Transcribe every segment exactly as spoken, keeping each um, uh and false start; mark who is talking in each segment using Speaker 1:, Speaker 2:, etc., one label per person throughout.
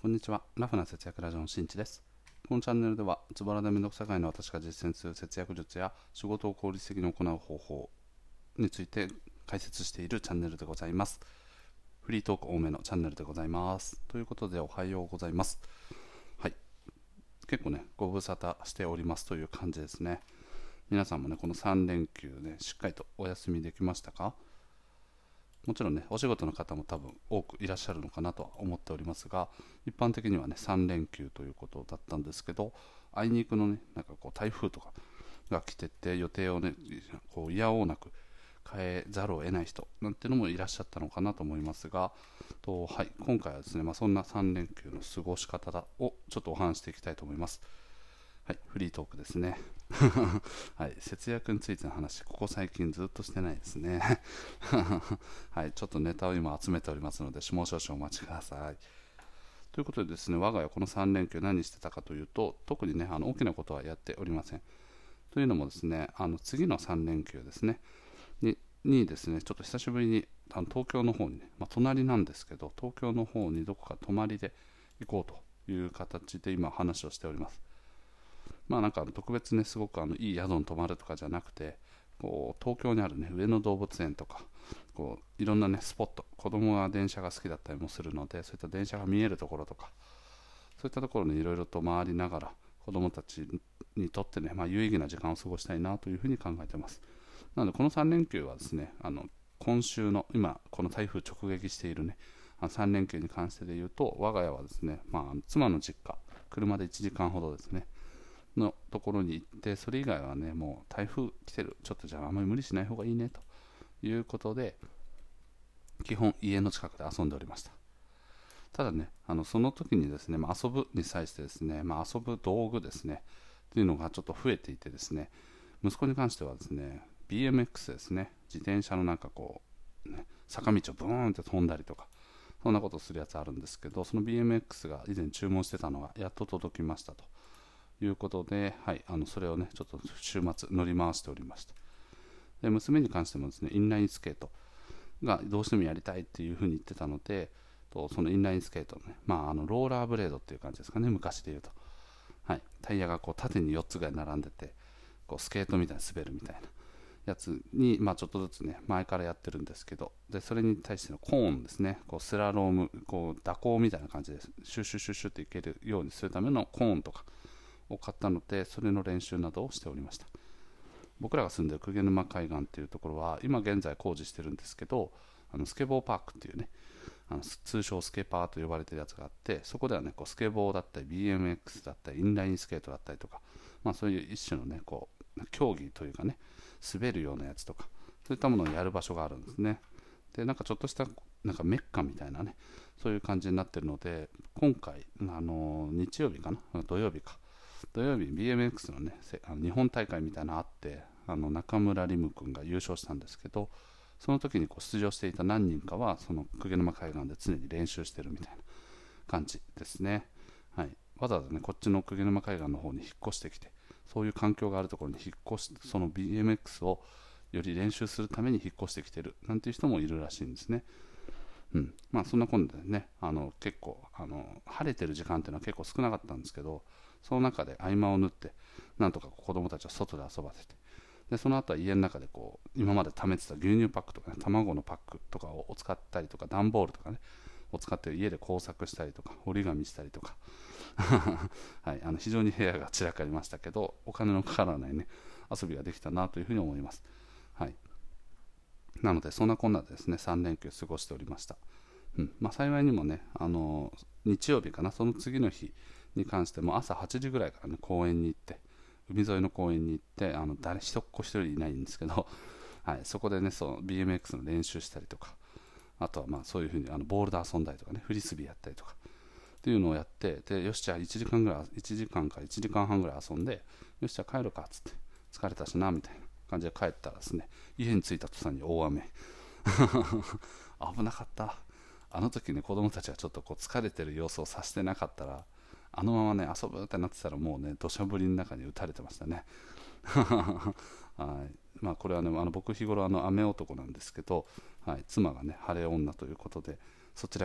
Speaker 1: こんにちは。ラフな節約ラジオのしんちです。このチャンネルでは、ズボラでめんどくさがいの私が実践する節約術や仕事を効率的に行う方法について解説しているチャンネルでございます。フリートーク多めのチャンネルでございます。ということで、おはようございます。はい。結構ね、ご無沙汰しておりますという感じですね。皆さんもね、このさん連休ね、しっかりとお休みできましたか？もちろんね、お仕事の方も多分多くいらっしゃるのかなとは思っておりますが、一般的にはね、さん連休ということだったんですけど、あいにくのね、なんかこう台風とかが来てて、予定をね、こういやおうなく変えざるを得ない人なんていうのもいらっしゃったのかなと思いますが、とはい、今回はですね、まあ、そんなさん連休の過ごし方をちょっとお話していきたいと思います。はい、フリートークですね。はい、節約についての話、ここ最近ずっとしてないですね。はい、ちょっとネタを今集めておりますので、もう少々お待ちください。ということでですね、我が家このさん連休何してたかというと、特にね、あの大きなことはやっておりません。というのもですね、あの次のさん連休ですね、ににですね、ちょっと久しぶりにあの東京の方にね、まあ、隣なんですけど、東京の方にどこか泊まりで行こうという形で今話をしております。まあなんか特別ね、すごくあのいい宿に泊まるとかじゃなくて、こう東京にあるね、上野動物園とか、こういろんなね、スポット、子供は電車が好きだったりもするので、そういった電車が見えるところとか、そういったところにいろいろと回りながら、子供たちにとってね、まあ、有意義な時間を過ごしたいなというふうに考えています。なので、このさん連休はですね、あの今週の、今、この台風直撃しているね、さん連休に関してで言うと、我が家はですね、まあ、妻の実家、車でいちじかんほどですね、のところに行って、それ以外はね、もう台風来てる、ちょっとじゃああんまり無理しない方がいいねということで、基本家の近くで遊んでおりました。ただね、あのその時にですね、まあ、遊ぶに際してですね、まあ、遊ぶ道具ですね、というのがちょっと増えていてですね、息子に関してはですね、ビーエムエックス ですね、自転車のなんかこう、ね、坂道をブーンって飛んだりとか、そんなことするやつあるんですけど、その ビーエムエックス が以前注文してたのがやっと届きましたということで、はい、あのそれをね、ちょっと週末乗り回しておりました。で、娘に関してもですね、インラインスケートがどうしてもやりたいっていうふうに言ってたので、とそのインラインスケートのね、まあ、あのローラーブレードっていう感じですかね、昔で言うと。はい、タイヤがこう縦によっつぐらい並んでて、こうスケートみたいに滑るみたいなやつに、まあ、ちょっとずつね、前からやってるんですけど、でそれに対してのコーンですね、こうスラローム、こう蛇行みたいな感じでシュッシュッシュッシュッっていけるようにするためのコーンとかを買ったので、それの練習などをしておりました。僕らが住んでる鵠沼海岸っていうところは今現在工事してるんですけど、あのスケボーパークっていうね、あの通称スケパーと呼ばれてるやつがあって、そこではね、こうスケボーだったり ビーエムエックス だったりインラインスケートだったりとか、まあ、そういう一種のね、こう競技というかね、滑るようなやつとか、そういったものをやる場所があるんですね。で、なんかちょっとしたなんかメッカみたいなね、そういう感じになってるので、今回、あの日曜日かな、土曜日か、土曜日 ビーエムエックス のね、あの日本大会みたいなのあって、あの中村輪夢君が優勝したんですけど、その時にこう出場していた何人かはその鵠沼海岸で常に練習してるみたいな感じですね。はい、わざわざね、こっちの鵠沼海岸の方に引っ越してきて、そういう環境があるところに引っ越し、その ビーエムエックス をより練習するために引っ越してきてるなんていう人もいるらしいんですね。うん、まあそんな今度でね、あの結構あの晴れてる時間っていうのは結構少なかったんですけど、その中で合間を縫ってなんとか子供たちを外で遊ばせて、でその後は家の中でこう今まで貯めてた牛乳パックとか、ね、卵のパックとかを使ったりとか、段ボールとかねを使って家で工作したりとか、折り紙したりとかはい、あの非常に部屋が散らかりましたけど、お金のかからないね遊びができたなというふうに思います。はい、なのでそんなこんなでですね、さん連休過ごしておりました。うんまあ、幸いにもね、あの日曜日かな、その次の日に関しても朝はちじぐらいからね、公園に行って、海沿いの公園に行って、あの誰一っ子一人いないんですけど、はい、そこでね、そう ビーエムエックス の練習したりとか、あとはまあそういうふうにあのボールで遊んだりとかね、フリスビーやったりとかっていうのをやって、でよし、じゃあいちじかんぐらい、いちじかんかいちじかんはんぐらい遊んで、よし、じゃあ帰るかっつって、疲れたしなみたいな感じで帰ったらですね、家に着いた途端に大雨危なかった。あの時ね、子供たちがちょっとこう疲れてる様子をさせてなかったら、あのままね遊ぶってなってたら、もうね土砂降りの中に打たれてましたねはい、まあこれはね、あの僕日頃あの雨男なんですけど、はい、妻がね晴れ女ということで、そちらが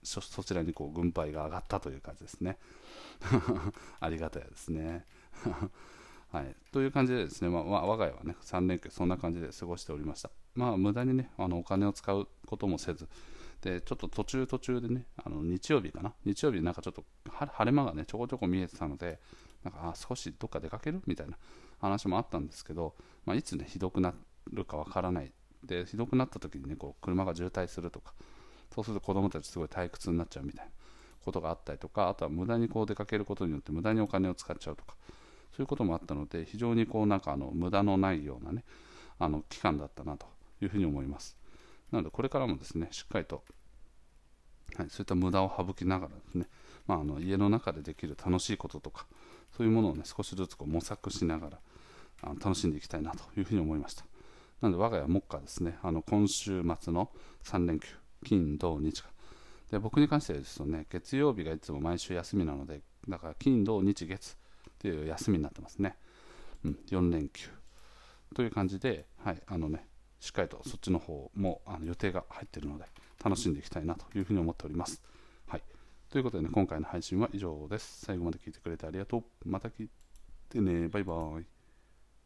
Speaker 1: そそちらにこう軍配が上がったという感じですね。ありがたいですね。はい、という感じでですね、まあ、まあ我が家はねさん連休そんな感じで過ごしておりました。まあ無駄にねあのお金を使うこともせずで、ちょっと途中途中でねあの日曜日かな日曜日なんかちょっと晴れ間がねちょこちょこ見えてたので、なんかあ少しどっか出かけるみたいな話もあったんですけど、まあ、いつねひどくなるかわからないで、ひどくなった時にねこう車が渋滞するとか、そうすると子供たちすごい退屈になっちゃうみたいなことがあったりとか、あとは無駄にこう出かけることによって無駄にお金を使っちゃうとか、そういうこともあったので、非常にこうなんかあの無駄のないようなねあの期間だったなというふうに思います。なのでこれからもですねしっかりと、はい、そういった無駄を省きながらですね、まあ、あの家の中でできる楽しいこととかそういうものをね少しずつこう模索しながらあの楽しんでいきたいなというふうに思いました。なので我が家目下ですね、あの今週末のさん連休金土日かで、僕に関してですとね月曜日がいつも毎週休みなので、だから金土日月という休みになってますね。うん、よん連休という感じで、はい、あのねしっかりとそっちの方もあの予定が入っているので楽しんでいきたいなというふうに思っております。はい、ということでね今回の配信は以上です。最後まで聞いてくれてありがとう。また聞いてね。バイバイ。